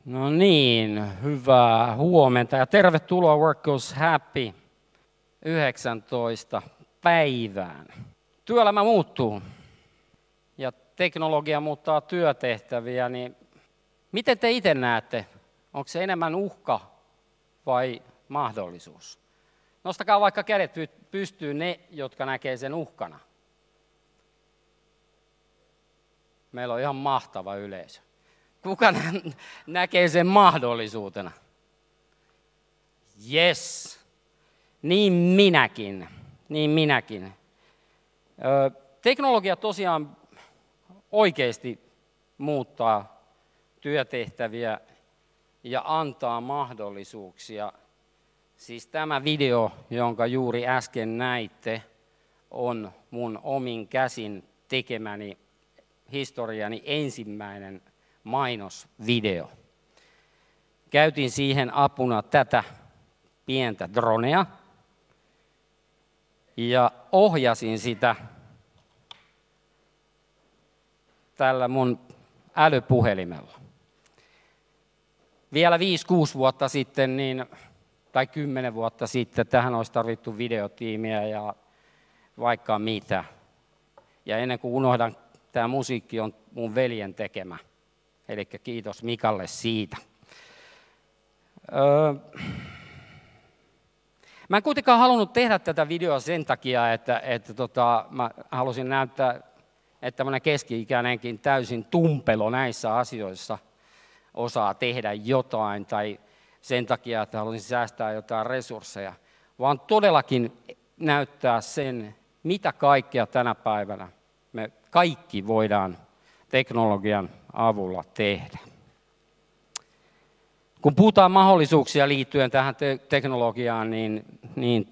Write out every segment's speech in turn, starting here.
No niin, hyvää huomenta ja tervetuloa Work Goes Happy 19 päivään. Työelämä muuttuu ja teknologia muuttaa työtehtäviä, niin miten te itse näette? Onko se enemmän uhka vai mahdollisuus? Nostakaa vaikka kädet pystyyn ne, jotka näkee sen uhkana. Meillä on ihan mahtava yleisö. Kuka näkee sen mahdollisuutena? Yes, niin minäkin. Teknologia tosiaan oikeasti muuttaa työtehtäviä ja antaa mahdollisuuksia. Siis tämä video, jonka juuri äsken näitte, on mun omin käsin tekemäni historiani ensimmäinen mainosvideo. Käytin siihen apuna tätä pientä dronea ja ohjasin sitä tällä mun älypuhelimella. Vielä 5-6 vuotta sitten, tai 10 vuotta sitten, tähän olisi tarvittu videotiimiä ja vaikka mitä. Ja ennen kuin unohdan, tämä musiikki on mun veljen tekemä. Eli kiitos Mikalle siitä. Mä en kuitenkaan halunnut tehdä tätä videoa sen takia, että mä halusin näyttää, että tämmöinen keski-ikäinenkin täysin tumpelo näissä asioissa osaa tehdä jotain, tai sen takia, että halusin säästää jotain resursseja, vaan todellakin näyttää sen, mitä kaikkea tänä päivänä me kaikki voidaan teknologian avulla tehdä. Kun puhutaan mahdollisuuksia liittyen tähän teknologiaan, niin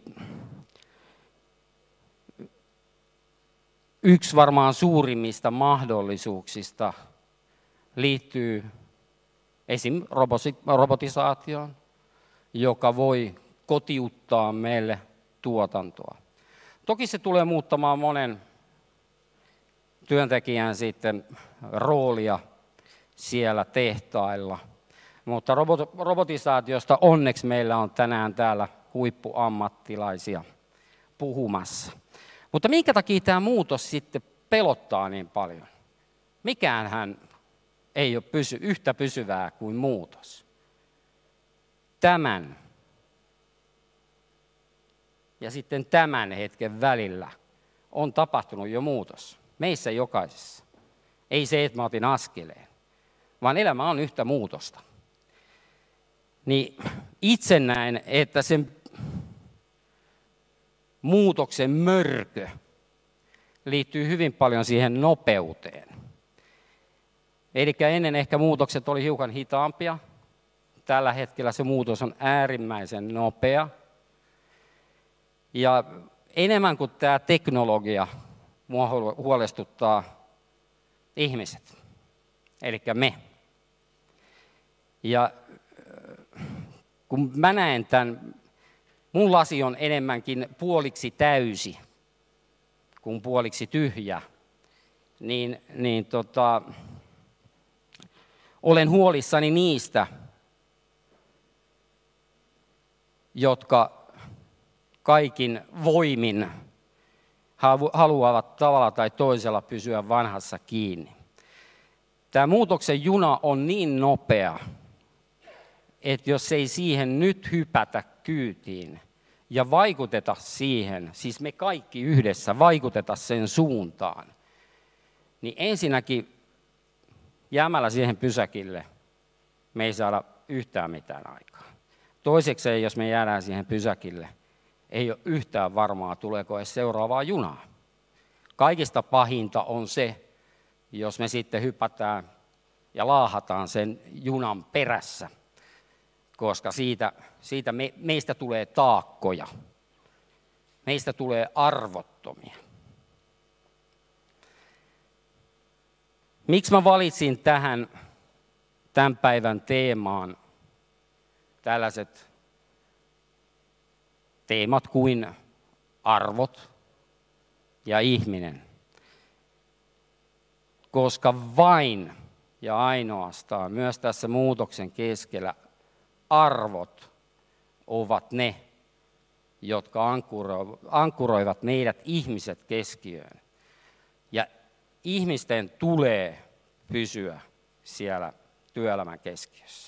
yksi varmaan suurimmista mahdollisuuksista liittyy esim. Robotisaatioon, joka voi kotiuttaa meille tuotantoa. Toki se tulee muuttamaan monen työntekijän sitten roolia siellä tehtailla. Mutta robotisaatiosta onneksi meillä on tänään täällä huippuammattilaisia puhumassa. Mutta minkä takia tämä muutos sitten pelottaa niin paljon? Mikäänhän ei ole yhtä pysyvää kuin muutos. Tämän ja sitten tämän hetken välillä on tapahtunut jo muutos. Meissä jokaisessa. Ei se, että mä otin askeleen, vaan elämä on yhtä muutosta. Niin itse näen, että sen muutoksen mörkö liittyy hyvin paljon siihen nopeuteen. Eli ennen ehkä muutokset oli hiukan hitaampia. Tällä hetkellä se muutos on äärimmäisen nopea. Ja enemmän kuin tämä teknologia, mua huolestuttaa ihmiset, eli me. Ja kun mä näen tämän, mun lasi on enemmänkin puoliksi täysi kuin puoliksi tyhjä, niin olen huolissani niistä, jotka kaikin voimin haluavat tavalla tai toisella pysyä vanhassa kiinni. Tämä muutoksen juna on niin nopea, että jos ei siihen nyt hypätä kyytiin ja vaikuteta siihen, siis me kaikki yhdessä vaikuteta sen suuntaan, niin ensinnäkin jäämällä siihen pysäkille me ei saada yhtään mitään aikaa. Toisekseen, jos me jäädään siihen pysäkille, ei ole yhtään varmaa, tuleeko edes seuraavaa junaa. Kaikista pahinta on se, jos me sitten hypätään ja laahataan sen junan perässä, koska siitä meistä tulee taakkoja, meistä tulee arvottomia. Miksi mä valitsin tämän päivän teemaan tällaiset teemat kuin arvot ja ihminen? Koska vain ja ainoastaan myös tässä muutoksen keskellä arvot ovat ne, jotka ankkuroivat meidät ihmiset keskiöön. Ja ihmisten tulee pysyä siellä työelämän keskiössä.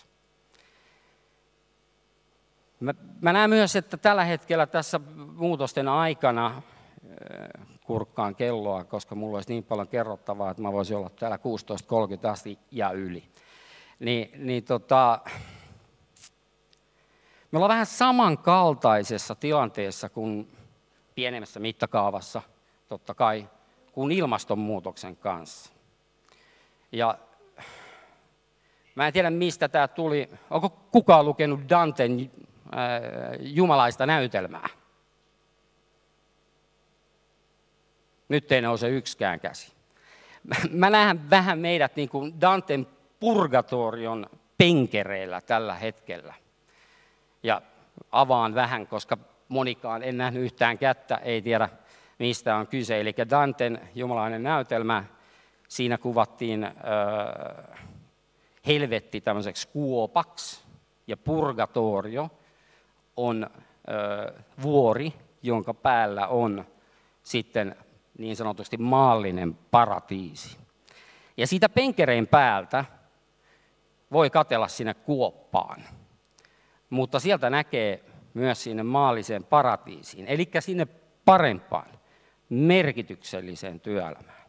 Mä näen myös, että tällä hetkellä tässä muutosten aikana, kurkkaan kelloa, koska mulla olisi niin paljon kerrottavaa, että mä voisin olla täällä 16.30 asti ja yli. Me ollaan vähän samankaltaisessa tilanteessa kuin pienemmässä mittakaavassa, totta kai, kuin ilmastonmuutoksen kanssa. Ja mä en tiedä, mistä tämä tuli. Onko kukaan lukenut Danten jumalaista näytelmää? Nyt ei nouse yksikään käsi. Mä näen vähän meidät niin kuin Danten purgatorion penkereillä tällä hetkellä. Ja avaan vähän, koska monikaan en nähnyt yhtään kättä, ei tiedä mistä on kyse. Eli Danten jumalainen näytelmä, siinä kuvattiin helvetti tämmöiseksi kuopaksi, ja purgatorio on vuori, jonka päällä on sitten niin sanotusti maallinen paratiisi. Ja siitä penkereen päältä voi katsella sinne kuoppaan, mutta sieltä näkee myös sinne maalliseen paratiisiin, eli sinne parempaan, merkitykselliseen työelämään.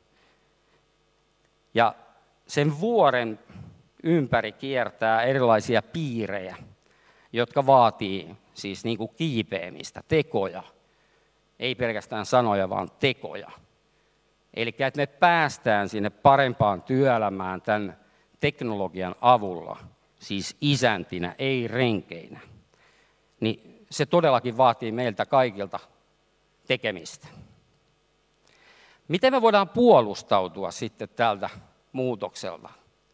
Ja sen vuoren ympäri kiertää erilaisia piirejä, jotka vaatii siis niin kuin kiipeämistä, tekoja. Ei pelkästään sanoja, vaan tekoja. Eli että me päästään sinne parempaan työelämään tämän teknologian avulla, siis isäntinä, ei renkeinä. Niin se todellakin vaatii meiltä kaikilta tekemistä. Miten me voidaan puolustautua sitten tältä muutokselta?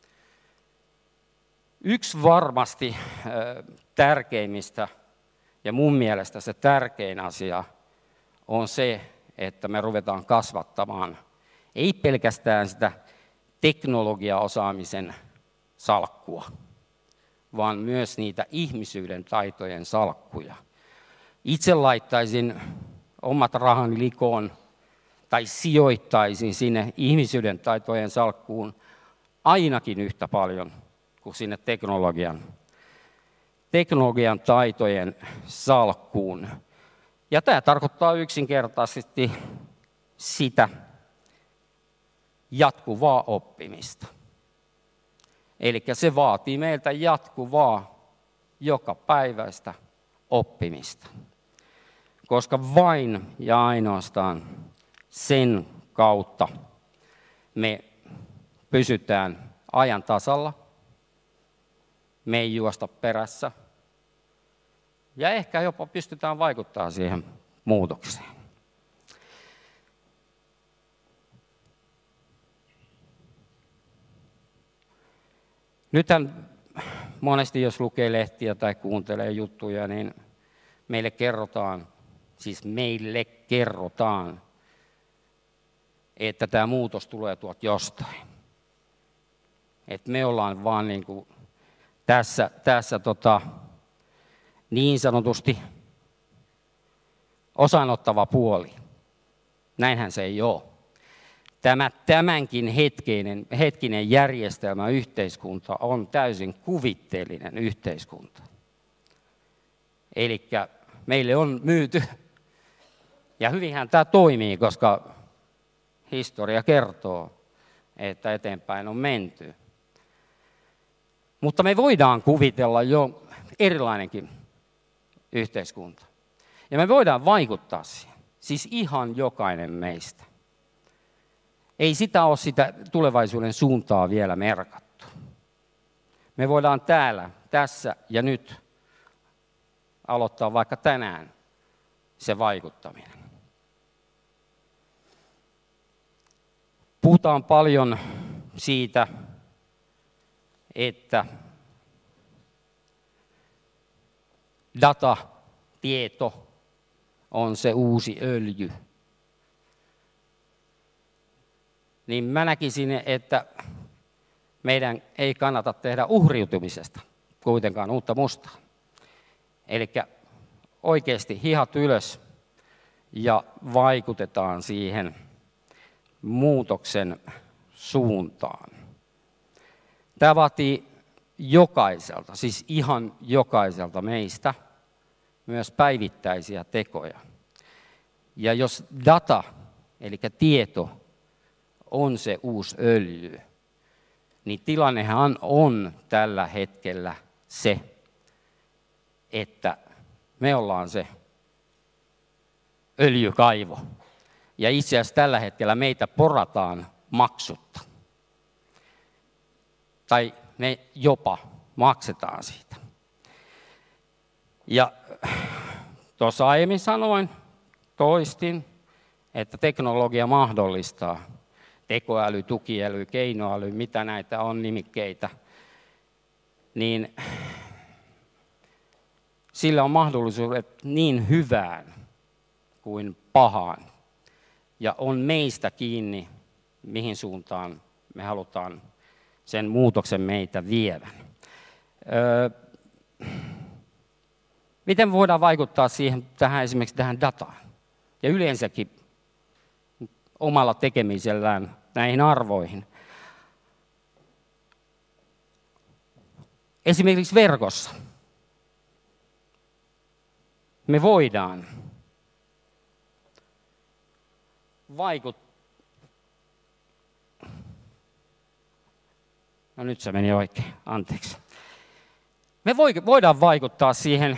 Yksi varmasti tärkeimmistä, ja mun mielestä se tärkein asia, on se, että me ruvetaan kasvattamaan ei pelkästään sitä teknologiaosaamisen salkkua, vaan myös niitä ihmisyyden taitojen salkkuja. Itse laittaisin omat rahani likoon tai sijoittaisin sinne ihmisyyden taitojen salkkuun ainakin yhtä paljon kuin sinne teknologian taitojen salkkuun. Ja tämä tarkoittaa yksinkertaisesti sitä jatkuvaa oppimista. Eli se vaatii meiltä jatkuvaa, jokapäiväistä oppimista. Koska vain ja ainoastaan sen kautta me pysytään ajan tasalla, me ei juosta perässä ja ehkä jopa pystytään vaikuttamaan siihen muutokseen. Nythän monesti, jos lukee lehtiä tai kuuntelee juttuja, niin meille kerrotaan, että tämä muutos tulee tuolta jostain. Että me ollaan vaan niin kuin tässä niin sanotusti osanottava puoli. Näinhän se ei ole. Tämänkin hetkinen järjestelmä, yhteiskunta on täysin kuvitteellinen yhteiskunta. Eli meille on myyty, ja hyvinhän tämä toimii, koska historia kertoo, että eteenpäin on menty. Mutta me voidaan kuvitella jo erilainenkin yhteiskunta. Ja me voidaan vaikuttaa siihen, siis ihan jokainen meistä. Ei sitä ole sitä tulevaisuuden suuntaa vielä merkattu. Me voidaan täällä, tässä ja nyt aloittaa vaikka tänään se vaikuttaminen. Puhutaan paljon siitä, että data, tieto on se uusi öljy. Niin mä näkisin, että meidän ei kannata tehdä uhriutumisesta kuitenkaan uutta mustaa. Eli oikeasti hihat ylös ja vaikutetaan siihen muutoksen suuntaan. Tämä vaatii jokaiselta, siis ihan jokaiselta meistä, myös päivittäisiä tekoja. Ja jos data, eli tieto, on se uusi öljy, niin tilannehan on tällä hetkellä se, että me ollaan se öljykaivo. Ja itse asiassa tällä hetkellä meitä porataan maksutta. Tai me jopa maksetaan siitä. Ja tuossa aiemmin sanoin, toistin, että teknologia mahdollistaa tekoäly, tukiäly, keinoäly, mitä näitä on nimikkeitä, niin sillä on mahdollisuudet niin hyvään kuin pahaan. Ja on meistä kiinni, mihin suuntaan me halutaan sen muutoksen meitä vievän. Miten voidaan vaikuttaa esimerkiksi tähän dataan ja yleensäkin omalla tekemisellään näihin arvoihin? Esimerkiksi verkossa me voidaan vaikuttaa. No nyt se meni oikein, anteeksi. Me voidaan vaikuttaa siihen,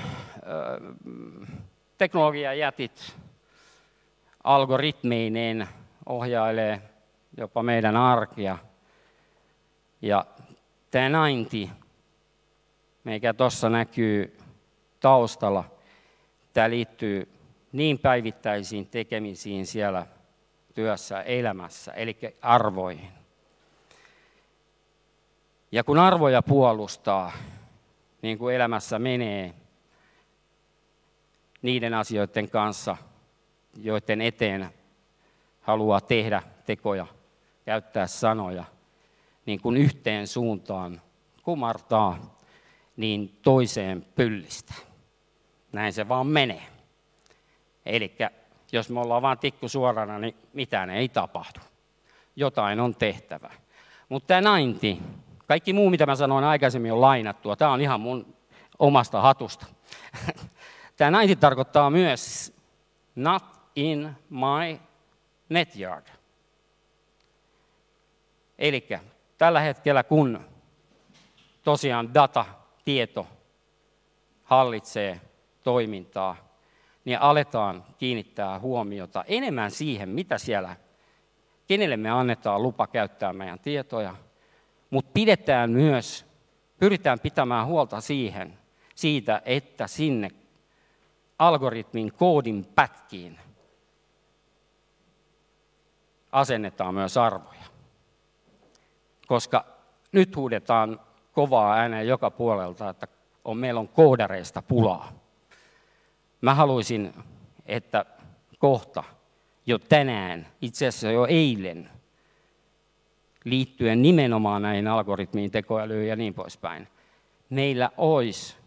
teknologiajätit algoritmeineen ohjailee jopa meidän arkea. Ja tämä 90, mikä tuossa näkyy taustalla, tämä liittyy niin päivittäisiin tekemisiin siellä työssä, elämässä, eli arvoihin. Ja kun arvoja puolustaa, niin kuin elämässä menee niiden asioiden kanssa, joiden eteen haluaa tehdä tekoja, käyttää sanoja, niin kun yhteen suuntaan kumartaa, niin toiseen pyllistää. Näin se vaan menee. Eli jos me ollaan vaan tikku suorana, niin mitään ei tapahdu. Jotain on tehtävä. Mutta tämä 90, kaikki muu mitä mä sanoin aikaisemmin on lainattua. Tämä on ihan mun omasta hatusta. Tämä 90 tarkoittaa myös not in my netyard. Eli tällä hetkellä kun tosiaan data, tieto hallitsee toimintaa, niin aletaan kiinnittää huomiota enemmän siihen, mitä siellä, kenelle me annetaan lupa käyttää meidän tietoja, mutta pyritään pitämään huolta siitä, että sinne algoritmin koodin pätkiin asennetaan myös arvoja. Koska nyt huudetaan kovaa ääneen joka puolelta, että meillä on koodareista pulaa. Mä haluaisin, että kohta, jo tänään, itse asiassa jo eilen, liittyen nimenomaan näihin algoritmiin, tekoälyyn ja niin poispäin, meillä olisi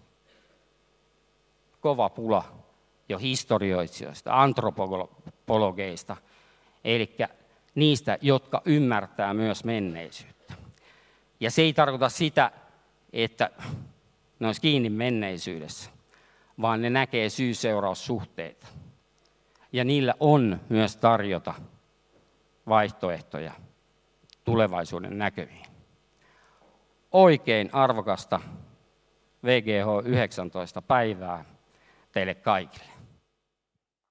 kova pula jo historioitsijoista, antropologeista, eli niistä, jotka ymmärtää myös menneisyyttä. Ja se ei tarkoita sitä, että ne olisi kiinni menneisyydessä, vaan ne näkee syy-seuraussuhteita. Ja niillä on myös tarjota vaihtoehtoja tulevaisuuden näkyviin. Oikein arvokasta VGH 19 päivää teille kaikille.